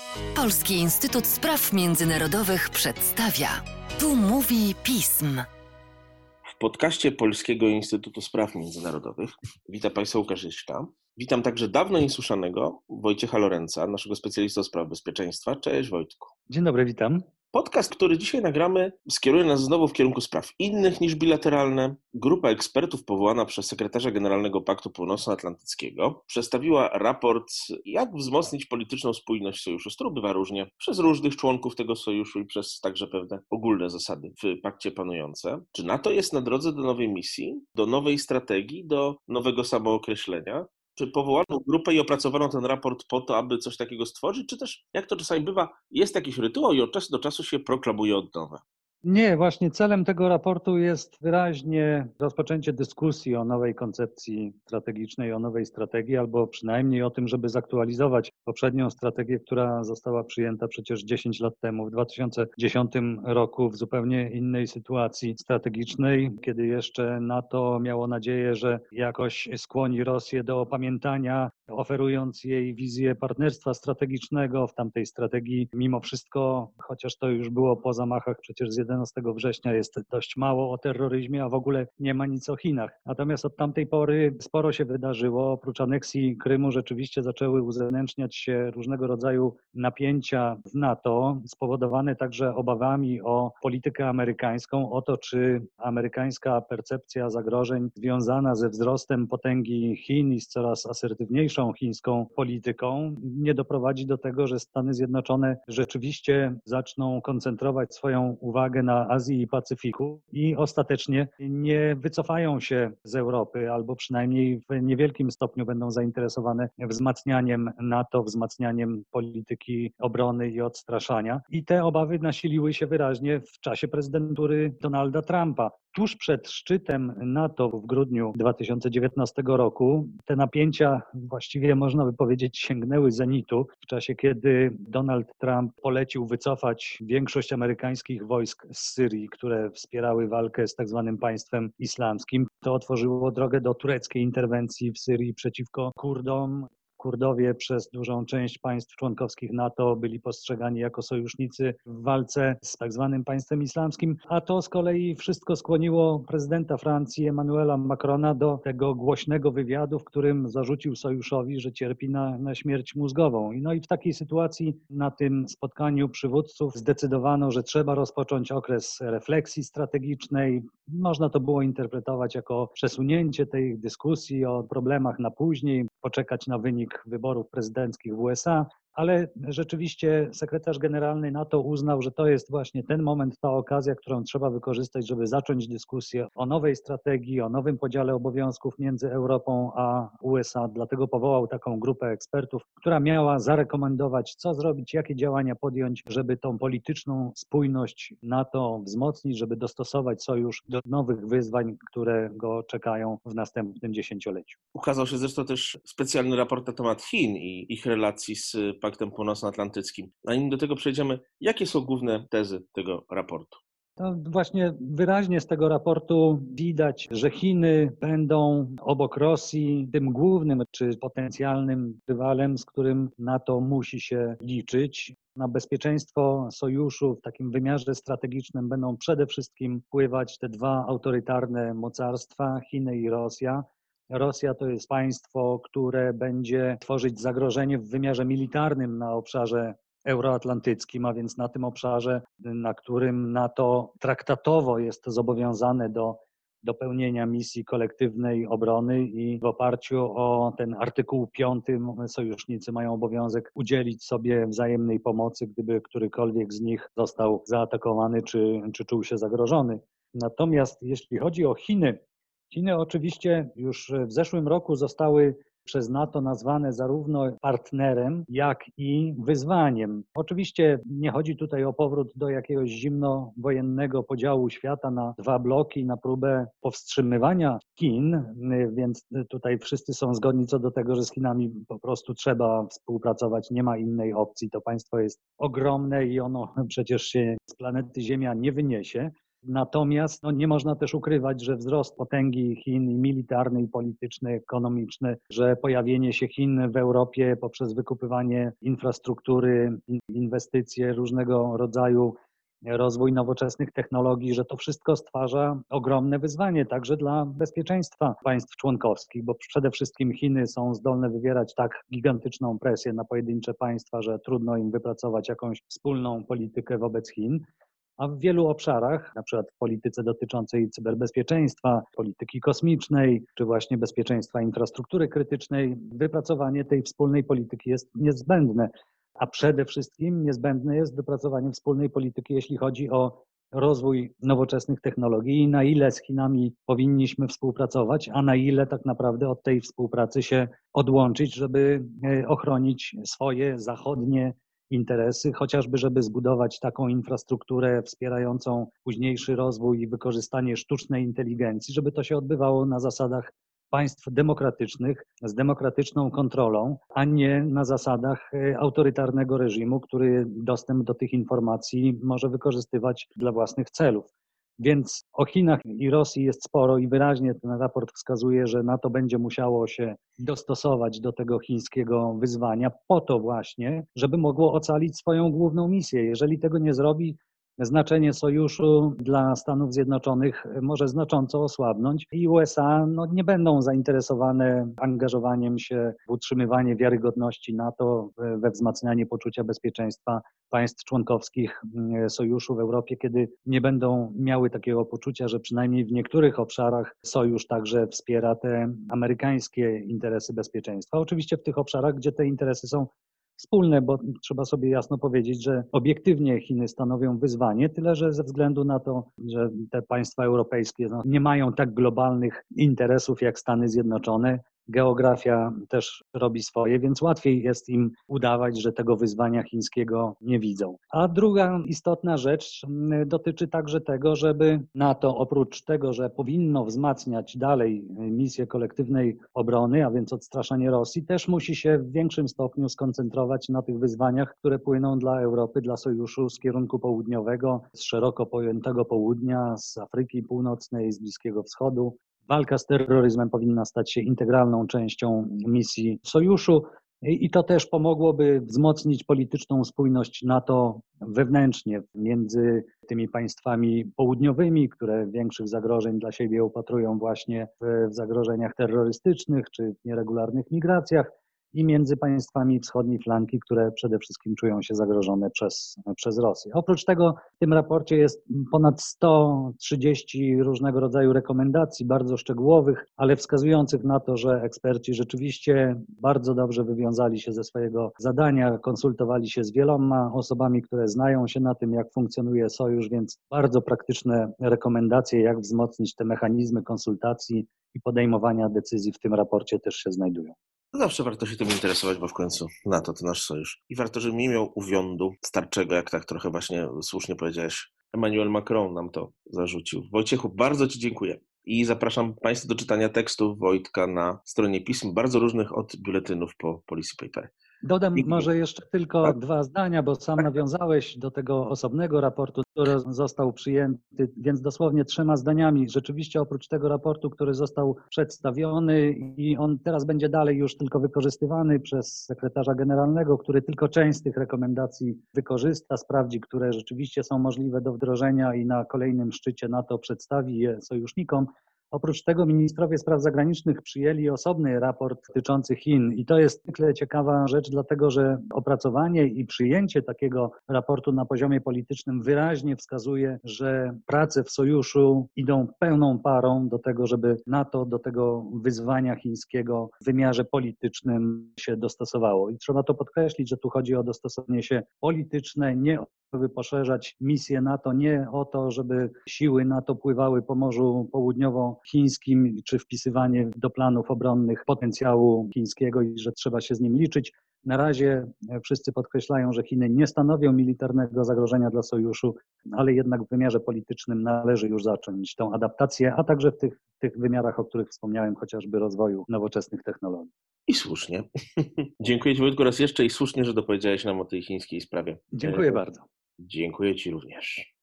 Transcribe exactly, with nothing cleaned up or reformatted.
Polski Instytut Spraw Międzynarodowych przedstawia. Tu mówi pism. W podcaście Polskiego Instytutu Spraw Międzynarodowych witam Państwa Łukasz Jaśka. Witam także dawno niesłyszanego Wojciecha Lorenza, naszego specjalistę od spraw bezpieczeństwa. Cześć Wojtku. Dzień dobry, witam. Podcast, który dzisiaj nagramy, skieruje nas znowu w kierunku spraw innych niż bilateralne. Grupa ekspertów powołana przez sekretarza generalnego Paktu Północnoatlantyckiego przedstawiła raport, jak wzmocnić polityczną spójność sojuszu. To bywa różnie przez różnych członków tego sojuszu i przez także pewne ogólne zasady w pakcie panujące. Czy NATO jest na drodze do nowej misji, do nowej strategii, do nowego samookreślenia? Czy powołano grupę i opracowano ten raport po to, aby coś takiego stworzyć, czy też, jak to czasami bywa, jest jakiś rytuał i od czasu do czasu się proklamuje od nowa? Nie, właśnie celem tego raportu jest wyraźnie rozpoczęcie dyskusji o nowej koncepcji strategicznej, o nowej strategii, albo przynajmniej o tym, żeby zaktualizować poprzednią strategię, która została przyjęta przecież dziesięć lat temu, w dwa tysiące dziesiątym roku, w zupełnie innej sytuacji strategicznej, kiedy jeszcze NATO miało nadzieję, że jakoś skłoni Rosję do opamiętania, oferując jej wizję partnerstwa strategicznego. W tamtej strategii mimo wszystko, chociaż to już było po zamachach przecież z jedenastego września, jest dość mało o terroryzmie, a w ogóle nie ma nic o Chinach. Natomiast od tamtej pory sporo się wydarzyło. Oprócz aneksji Krymu rzeczywiście zaczęły uzewnętrzniać się różnego rodzaju napięcia w NATO, spowodowane także obawami o politykę amerykańską, o to, czy amerykańska percepcja zagrożeń związana ze wzrostem potęgi Chin i z coraz asertywniejszą chińską polityką nie doprowadzi do tego, że Stany Zjednoczone rzeczywiście zaczną koncentrować swoją uwagę na Azji i Pacyfiku i ostatecznie nie wycofają się z Europy, albo przynajmniej w niewielkim stopniu będą zainteresowane wzmacnianiem NATO, wzmacnianiem polityki obrony i odstraszania. I te obawy nasiliły się wyraźnie w czasie prezydentury Donalda Trumpa. Tuż przed szczytem NATO w grudniu dwa tysiące dziewiętnastego roku te napięcia właściwie można by powiedzieć sięgnęły zenitu, w czasie kiedy Donald Trump polecił wycofać większość amerykańskich wojsk z Syrii, które wspierały walkę z tak zwanym państwem islamskim. To otworzyło drogę do tureckiej interwencji w Syrii przeciwko Kurdom. Kurdowie przez dużą część państw członkowskich NATO byli postrzegani jako sojusznicy w walce z tak zwanym państwem islamskim, a to z kolei wszystko skłoniło prezydenta Francji Emmanuela Macrona do tego głośnego wywiadu, w którym zarzucił sojuszowi, że cierpi na, na śmierć mózgową. No i w takiej sytuacji na tym spotkaniu przywódców zdecydowano, że trzeba rozpocząć okres refleksji strategicznej. Można to było interpretować jako przesunięcie tej dyskusji o problemach na później, poczekać na wynik wyborów prezydenckich w U S A, ale rzeczywiście sekretarz generalny NATO uznał, że to jest właśnie ten moment, ta okazja, którą trzeba wykorzystać, żeby zacząć dyskusję o nowej strategii, o nowym podziale obowiązków między Europą a U S A. Dlatego powołał taką grupę ekspertów, która miała zarekomendować, co zrobić, jakie działania podjąć, żeby tą polityczną spójność NATO wzmocnić, żeby dostosować sojusz do nowych wyzwań, które go czekają w następnym dziesięcioleciu. Ukazał się zresztą też specjalny raport na temat Chin i ich relacji z Paktem Północnoatlantyckim. Zanim do tego przejdziemy, jakie są główne tezy tego raportu? To właśnie wyraźnie z tego raportu widać, że Chiny będą obok Rosji tym głównym czy potencjalnym rywalem, z którym NATO musi się liczyć. Na bezpieczeństwo sojuszu w takim wymiarze strategicznym będą przede wszystkim wpływać te dwa autorytarne mocarstwa, Chiny i Rosja. Rosja to jest państwo, które będzie tworzyć zagrożenie w wymiarze militarnym na obszarze euroatlantyckim, a więc na tym obszarze, na którym NATO traktatowo jest zobowiązane do, do pełnienia misji kolektywnej obrony i w oparciu o ten artykuł piąty sojusznicy mają obowiązek udzielić sobie wzajemnej pomocy, gdyby którykolwiek z nich został zaatakowany czy, czy czuł się zagrożony. Natomiast jeśli chodzi o Chiny, Chiny oczywiście już w zeszłym roku zostały przez NATO nazwane zarówno partnerem, jak i wyzwaniem. Oczywiście nie chodzi tutaj o powrót do jakiegoś zimnowojennego podziału świata na dwa bloki, na próbę powstrzymywania Chin, więc tutaj wszyscy są zgodni co do tego, że z Chinami po prostu trzeba współpracować, nie ma innej opcji. To państwo jest ogromne i ono przecież się z planety Ziemia nie wyniesie. Natomiast no, nie można też ukrywać, że wzrost potęgi Chin i militarny, i polityczny, ekonomiczny, że pojawienie się Chin w Europie poprzez wykupywanie infrastruktury, inwestycje różnego rodzaju, rozwój nowoczesnych technologii, że to wszystko stwarza ogromne wyzwanie także dla bezpieczeństwa państw członkowskich, bo przede wszystkim Chiny są zdolne wywierać tak gigantyczną presję na pojedyncze państwa, że trudno im wypracować jakąś wspólną politykę wobec Chin. A w wielu obszarach, na przykład w polityce dotyczącej cyberbezpieczeństwa, polityki kosmicznej, czy właśnie bezpieczeństwa infrastruktury krytycznej, wypracowanie tej wspólnej polityki jest niezbędne. A przede wszystkim niezbędne jest wypracowanie wspólnej polityki, jeśli chodzi o rozwój nowoczesnych technologii i na ile z Chinami powinniśmy współpracować, a na ile tak naprawdę od tej współpracy się odłączyć, żeby ochronić swoje zachodnie interesy, chociażby żeby zbudować taką infrastrukturę wspierającą późniejszy rozwój i wykorzystanie sztucznej inteligencji, żeby to się odbywało na zasadach państw demokratycznych, z demokratyczną kontrolą, a nie na zasadach autorytarnego reżimu, który dostęp do tych informacji może wykorzystywać dla własnych celów. Więc o Chinach i Rosji jest sporo i wyraźnie ten raport wskazuje, że NATO będzie musiało się dostosować do tego chińskiego wyzwania po to właśnie, żeby mogło ocalić swoją główną misję. Jeżeli tego nie zrobi, znaczenie sojuszu dla Stanów Zjednoczonych może znacząco osłabnąć i U S A no, nie będą zainteresowane angażowaniem się w utrzymywanie wiarygodności NATO, we wzmacnianie poczucia bezpieczeństwa państw członkowskich sojuszu w Europie, kiedy nie będą miały takiego poczucia, że przynajmniej w niektórych obszarach sojusz także wspiera te amerykańskie interesy bezpieczeństwa. Oczywiście w tych obszarach, gdzie te interesy są wspólne, bo trzeba sobie jasno powiedzieć, że obiektywnie Chiny stanowią wyzwanie, tyle że ze względu na to, że te państwa europejskie no, nie mają tak globalnych interesów jak Stany Zjednoczone, geografia też robi swoje, więc łatwiej jest im udawać, że tego wyzwania chińskiego nie widzą. A druga istotna rzecz dotyczy także tego, żeby NATO oprócz tego, że powinno wzmacniać dalej misję kolektywnej obrony, a więc odstraszanie Rosji, też musi się w większym stopniu skoncentrować na tych wyzwaniach, które płyną dla Europy, dla sojuszu z kierunku południowego, z szeroko pojętego południa, z Afryki Północnej, z Bliskiego Wschodu. Walka z terroryzmem powinna stać się integralną częścią misji sojuszu i to też pomogłoby wzmocnić polityczną spójność NATO wewnętrznie między tymi państwami południowymi, które większych zagrożeń dla siebie upatrują właśnie w zagrożeniach terrorystycznych czy w nieregularnych migracjach, i między państwami wschodniej flanki, które przede wszystkim czują się zagrożone przez, przez Rosję. Oprócz tego w tym raporcie jest ponad sto trzydzieści różnego rodzaju rekomendacji, bardzo szczegółowych, ale wskazujących na to, że eksperci rzeczywiście bardzo dobrze wywiązali się ze swojego zadania, konsultowali się z wieloma osobami, które znają się na tym, jak funkcjonuje sojusz, więc bardzo praktyczne rekomendacje, jak wzmocnić te mechanizmy konsultacji i podejmowania decyzji w tym raporcie też się znajdują. Zawsze warto się tym interesować, bo w końcu NATO to nasz sojusz. I warto, żeby nie miał uwiądu starczego, jak tak trochę właśnie słusznie powiedziałeś. Emmanuel Macron nam to zarzucił. Wojciechu, bardzo Ci dziękuję. I zapraszam Państwa do czytania tekstów Wojtka na stronie pism, bardzo różnych od biuletynów po Policy Paper. Dodam Dziękuję. może jeszcze tylko Tak? dwa zdania, bo sam nawiązałeś do tego osobnego raportu, który został przyjęty, więc dosłownie trzema zdaniami. Rzeczywiście oprócz tego raportu, który został przedstawiony i on teraz będzie dalej już tylko wykorzystywany przez sekretarza generalnego, który tylko część z tych rekomendacji wykorzysta, sprawdzi, które rzeczywiście są możliwe do wdrożenia i na kolejnym szczycie NATO przedstawi je sojusznikom. Oprócz tego ministrowie spraw zagranicznych przyjęli osobny raport dotyczący Chin i to jest niezwykle ciekawa rzecz, dlatego że opracowanie i przyjęcie takiego raportu na poziomie politycznym wyraźnie wskazuje, że prace w sojuszu idą pełną parą do tego, żeby NATO do tego wyzwania chińskiego w wymiarze politycznym się dostosowało. I trzeba to podkreślić, że tu chodzi o dostosowanie się polityczne, nie żeby poszerzać misję NATO, nie o to, żeby siły NATO pływały po Morzu Południowochińskim, czy wpisywanie do planów obronnych potencjału chińskiego i że trzeba się z nim liczyć. Na razie wszyscy podkreślają, że Chiny nie stanowią militarnego zagrożenia dla sojuszu, ale jednak w wymiarze politycznym należy już zacząć tą adaptację, a także w tych, tych wymiarach, o których wspomniałem, chociażby rozwoju nowoczesnych technologii. I słusznie. Dziękuję Ci, Wojtku, raz jeszcze i słusznie, że dopowiedziałeś nam o tej chińskiej sprawie. Dziękuję bardzo. Dziękuję Ci również.